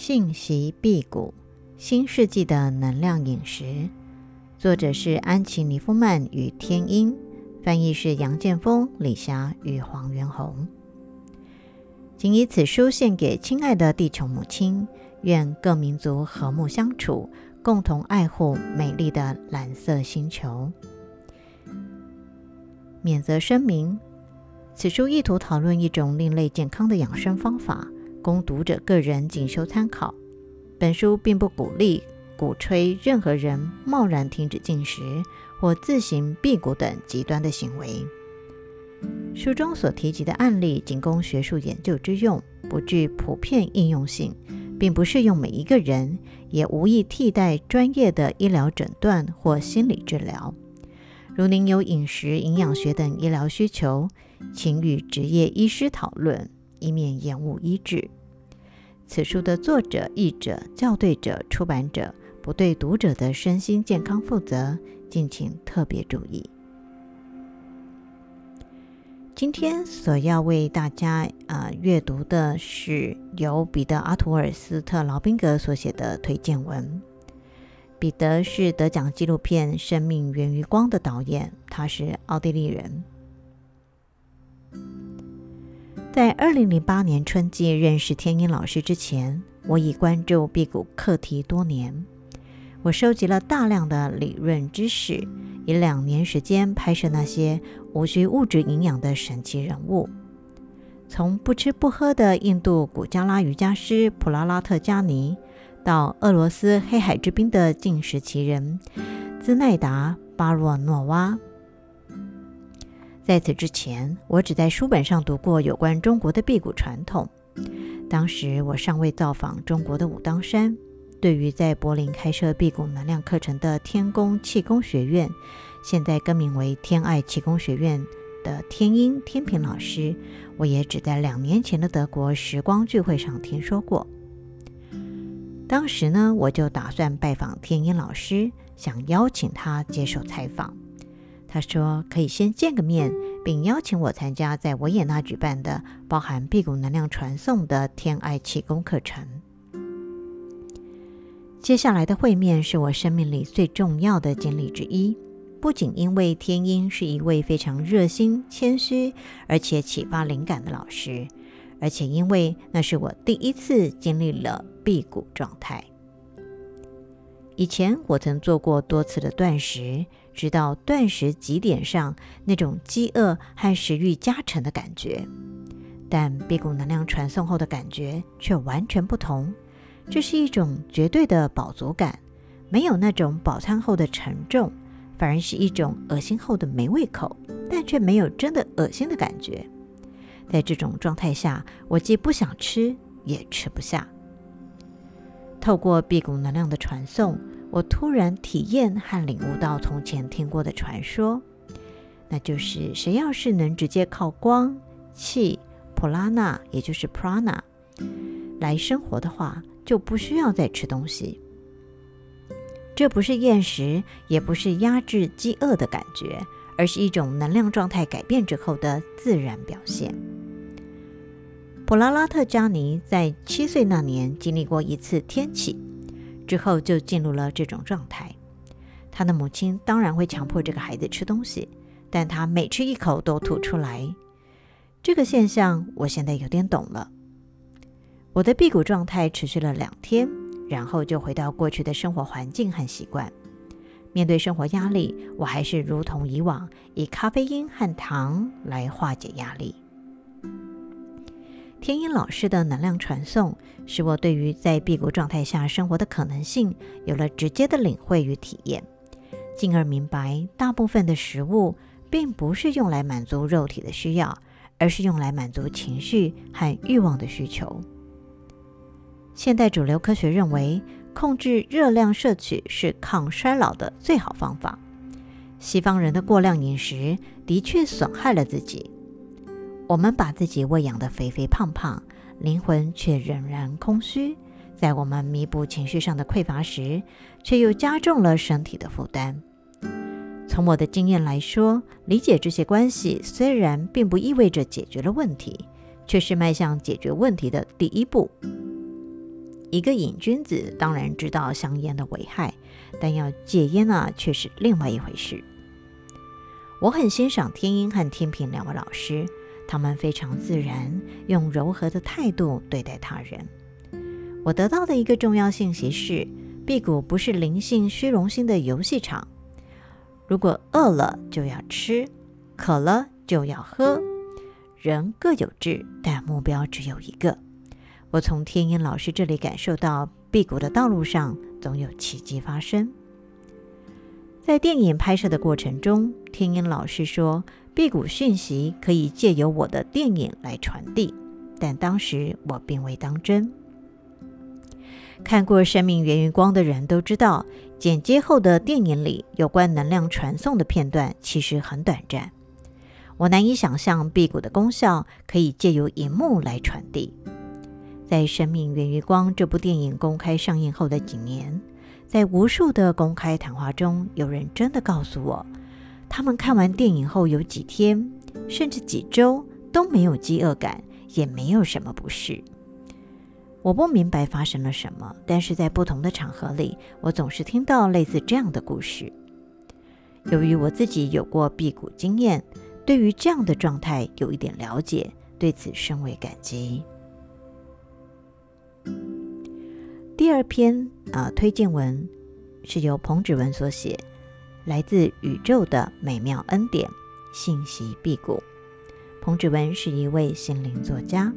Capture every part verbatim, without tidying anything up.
信息辟谷，新世纪的能量饮食，作者是安琪·尼夫曼与天音，翻译是杨建峰、李霞与黄元红。仅以此书献给亲爱的地球母亲，愿各民族和睦相处，共同爱护美丽的蓝色星球。免责声明：此书意图讨论一种另类健康的养生方法，供读者个人进修参考。本书并不鼓励、鼓吹任何人贸然停止进食或自行辟谷等极端的行为。书中所提及的案例仅供学术研究之用，不具普遍应用性，并不适用每一个人，也无意替代专业的医疗诊断或心理治疗。如您有饮食、营养学等医疗需求，请与职业医师讨论，以免延误医治。此书的作者、译者、校对者、出版者不对读者的身心健康负责，敬请特别注意。今天所要为大家呃阅读的是由彼得·阿图尔斯特劳宾格所写的推荐文。彼得是得奖纪录片《生命源于光》的导演，他是奥地利人。在二零零八年春季认识天音老师之前，我已关注辟谷课题多年。我收集了大量的理论知识，以两年时间拍摄那些无需物质营养的神奇人物，从不吃不喝的印度古加拉瑜伽师普拉拉特加尼，到俄罗斯黑海之滨的进食奇人兹奈达巴洛诺娃。在此之前，我只在书本上读过有关中国的辟谷传统。当时我尚未造访中国的武当山，对于在柏林开设辟谷能量课程的天宫气功学院，现在更名为天爱气功学院的天音天平老师，我也只在两年前的德国时光聚会上听说过。当时呢，我就打算拜访天音老师，想邀请他接受采访。他说可以先见个面，并邀请我参加在维也纳举办的包含辟谷能量传送的天爱气功课程。接下来的会面是我生命里最重要的经历之一，不仅因为天音是一位非常热心、谦虚，而且启发灵感的老师，而且因为那是我第一次经历了辟谷状态。以前我曾做过多次的断食，知道断食极点上那种饥饿和食欲加成的感觉，但辟谷能量传送后的感觉却完全不同。这是一种绝对的饱足感，没有那种饱餐后的沉重，反而是一种恶心后的没胃口，但却没有真的恶心的感觉。在这种状态下，我既不想吃，也吃不下。透过辟谷能量的传送，我突然体验和领悟到从前听过的传说，那就是谁要是能直接靠光、气、普拉纳，也就是 prana 来生活的话，就不需要再吃东西。这不是厌食，也不是压制饥饿的感觉，而是一种能量状态改变之后的自然表现。普拉拉特加尼在七岁那年经历过一次天启，之后就进入了这种状态。他的母亲当然会强迫这个孩子吃东西，但他每吃一口都吐出来。这个现象我现在有点懂了。我的辟谷状态持续了两天，然后就回到过去的生活环境和习惯。面对生活压力，我还是如同以往，以咖啡因和糖来化解压力。天音老师的能量传送，使我对于在辟谷状态下生活的可能性有了直接的领会与体验，进而明白大部分的食物并不是用来满足肉体的需要，而是用来满足情绪和欲望的需求。现代主流科学认为，控制热量摄取是抗衰老的最好方法。西方人的过量饮食的确损害了自己。我们把自己喂养得肥肥胖胖，灵魂却仍然空虚，在我们弥补情绪上的匮乏时，却又加重了身体的负担。从我的经验来说，理解这些关系虽然并不意味着解决了问题，却是迈向解决问题的第一步。 一个瘾君子当然知道香烟的危害，但要戒烟啊，却是另外一回事。我很欣赏天鹰和天平两位老师，他们非常自然，用柔和的态度对待他人。我得到的一个重要信息是，辟谷不是灵性虚荣心的游戏场。如果饿了就要吃，渴了就要喝，人各有志，但目标只有一个。我从天鹰老师这里感受到，辟谷的道路上总有奇迹发生。在电影拍摄的过程中，天鹰老师说，辟谷讯息可以借由我的电影来传递，但当时我并未当真。看过《生命源于光》的人都知道，剪接后的电影里有关能量传送的片段其实很短暂。我难以想象辟谷的功效可以借由荧幕来传递。在《生命源于光》这部电影公开上映后的几年，在无数的公开谈话中，有人真的告诉我，他们看完电影后有几天，甚至几周都没有饥饿感，也没有什么不适。我不明白发生了什么，但是在不同的场合里，我总是听到类似这样的故事。由于我自己有过辟谷经验，对于这样的状态有一点了解，对此深为感激。第二篇、呃、推荐文是由彭芷文所写，来自宇宙的美妙恩典，信息辟谷。彭芷文是一位心灵作家。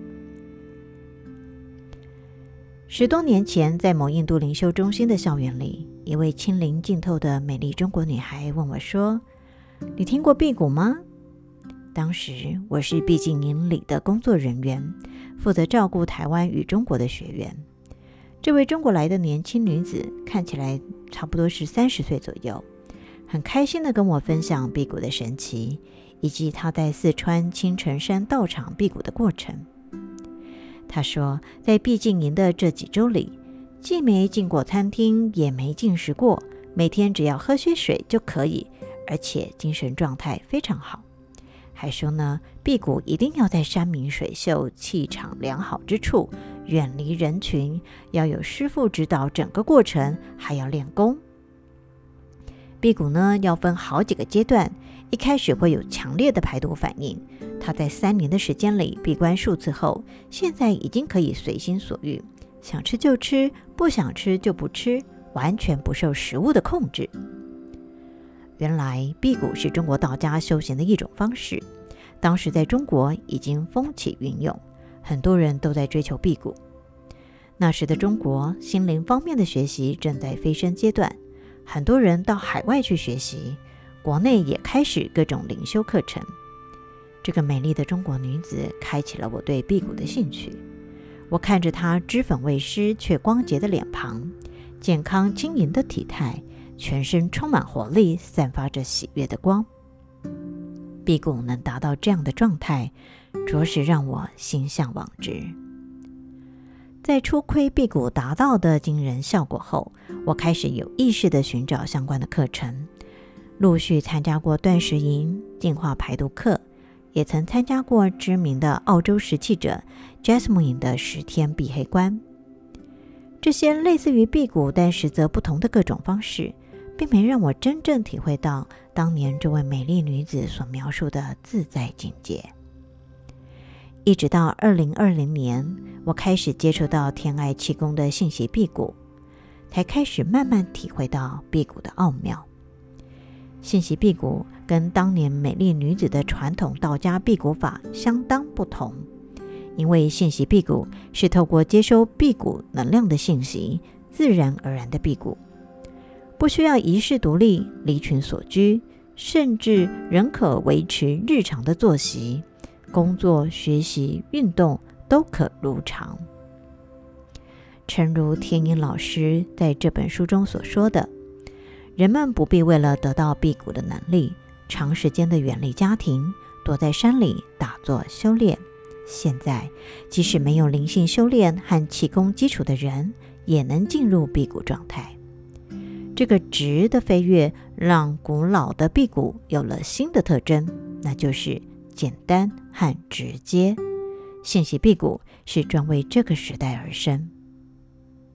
十多年前，在某印度灵修中心的校园里，一位清灵净透的美丽中国女孩问我说，你听过辟谷吗？当时我是毕竟营里的工作人员，负责照顾台湾与中国的学员。这位中国来的年轻女子看起来差不多是三十岁左右，很开心地跟我分享辟谷的神奇，以及她在四川青城山道场辟谷的过程。她说，在毕竟营的这几周里，既没进过餐厅，也没进食过，每天只要喝些水就可以，而且精神状态非常好。还说呢，辟谷一定要在山明水秀、气场良好之处，远离人群，要有师父指导整个过程，还要练功。辟谷呢，要分好几个阶段，一开始会有强烈的排毒反应。他在三年的时间里闭关数次后，现在已经可以随心所欲，想吃就吃，不想吃就不吃，完全不受食物的控制。原来辟谷是中国道家修行的一种方式，当时在中国已经风起云涌，很多人都在追求辟谷。那时的中国心灵方面的学习正在飞升阶段，很多人到海外去学习，国内也开始各种灵修课程。这个美丽的中国女子开启了我对辟谷的兴趣。我看着她脂粉未施却光洁的脸庞，健康轻盈的体态，全身充满活力，散发着喜悦的光。辟谷能达到这样的状态，着实让我心向往之。在初窥辟谷达到的惊人效果后，我开始有意识地寻找相关的课程，陆续参加过断食营、净化排毒课，也曾参加过知名的澳洲石器者 Jasmine 的十天避黑关。这些类似于辟谷但实则不同的各种方式，并没让我真正体会到当年这位美丽女子所描述的自在境界。一直到二零二零年，我开始接触到天爱气功的信息辟谷，才开始慢慢体会到辟谷的奥妙。信息辟谷跟当年美丽女子的传统道家辟谷法相当不同，因为信息辟谷是透过接收辟谷能量的信息，自然而然的辟谷，不需要仪式独立、离群所居，甚至仍可维持日常的作息，工作、学习、运动都可如常。诚如天鹰老师在这本书中所说的，人们不必为了得到辟谷的能力，长时间的远离家庭，躲在山里打坐修炼。现在，即使没有灵性修炼和气功基础的人，也能进入辟谷状态。这个质的飞跃，让古老的辟谷有了新的特征，那就是简单和直接。信息辟谷是专为这个时代而生。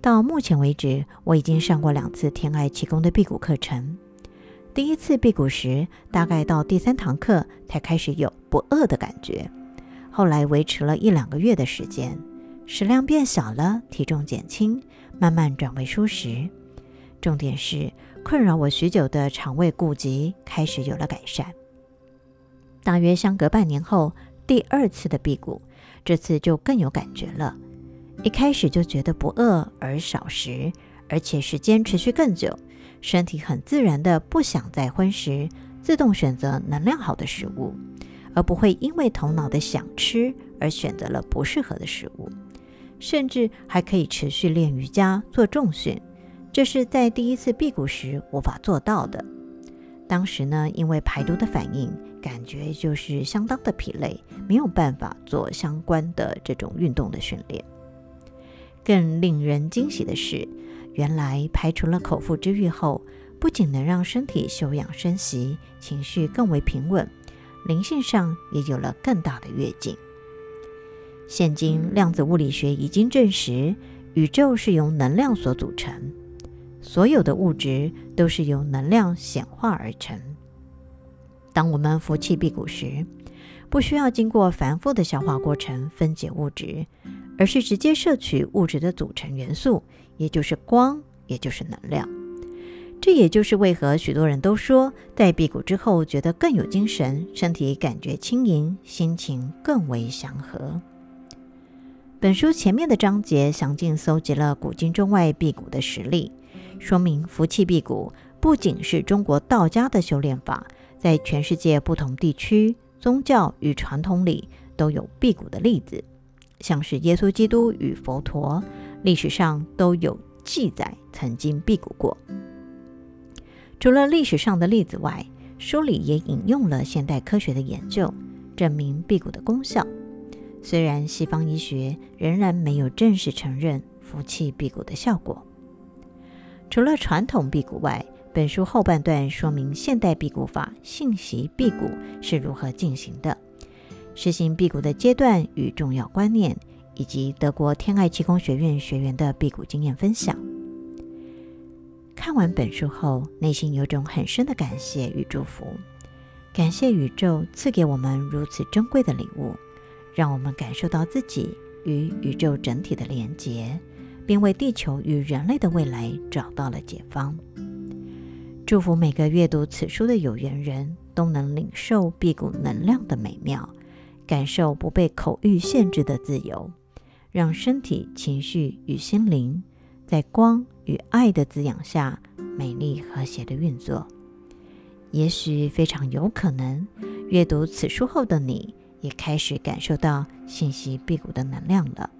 到目前为止，我已经上过两次天爱气功的辟谷课程。第一次辟谷时，大概到第三堂课才开始有不饿的感觉，后来维持了一两个月的时间，食量变小了，体重减轻，慢慢转为舒适。重点是困扰我许久的肠胃痼疾开始有了改善。大约相隔半年后，第二次的辟谷，这次就更有感觉了。一开始就觉得不饿而少食，而且时间持续更久，身体很自然的不想再荤食，自动选择能量好的食物，而不会因为头脑的想吃而选择了不适合的食物，甚至还可以持续练瑜伽做重训，这是在第一次辟谷时无法做到的。当时呢，因为排毒的反应，感觉就是相当的疲累，没有办法做相关的这种运动的训练。更令人惊喜的是，原来排除了口腹之欲后，不仅能让身体休养生息，情绪更为平稳，灵性上也有了更大的跃进。现今量子物理学已经证实，宇宙是由能量所组成，所有的物质都是由能量显化而成。当我们服气辟谷时，不需要经过繁复的消化过程分解物质，而是直接摄取物质的组成元素，也就是光，也就是能量。这也就是为何许多人都说，在辟谷之后觉得更有精神，身体感觉轻盈，心情更为祥和。本书前面的章节详尽搜集了古今中外辟谷的实例，说明服气辟谷不仅是中国道家的修炼法，在全世界不同地区、宗教与传统里都有辟谷的例子，像是耶稣基督与佛陀，历史上都有记载曾经辟谷过。除了历史上的例子外，书里也引用了现代科学的研究，证明辟谷的功效。虽然西方医学仍然没有正式承认服气辟谷的效果。除了传统辟谷外，本书后半段说明现代辟谷法信息辟谷是如何进行的，实行辟谷的阶段与重要观念，以及德国天爱气功学院学员的辟谷经验分享。看完本书后，内心有种很深的感谢与祝福，感谢宇宙赐给我们如此珍贵的礼物，让我们感受到自己与宇宙整体的连结，并为地球与人类的未来找到了解方。祝福每个阅读此书的有缘人都能领受辟谷能量的美妙，感受不被口欲限制的自由，让身体、情绪与心灵在光与爱的滋养下美丽和谐的运作。也许非常有可能，阅读此书后的你也开始感受到信息辟谷的能量了。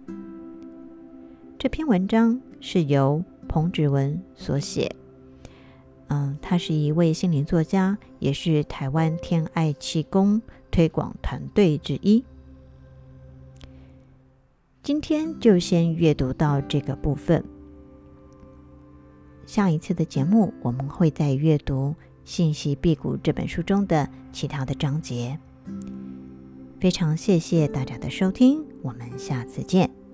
这篇文章是由彭芷文所写，嗯，他是一位心灵作家，也是台湾天爱气功推广团队之一。今天就先阅读到这个部分，下一次的节目我们会再阅读《信息辟谷》这本书中的其他的章节。非常谢谢大家的收听，我们下次见。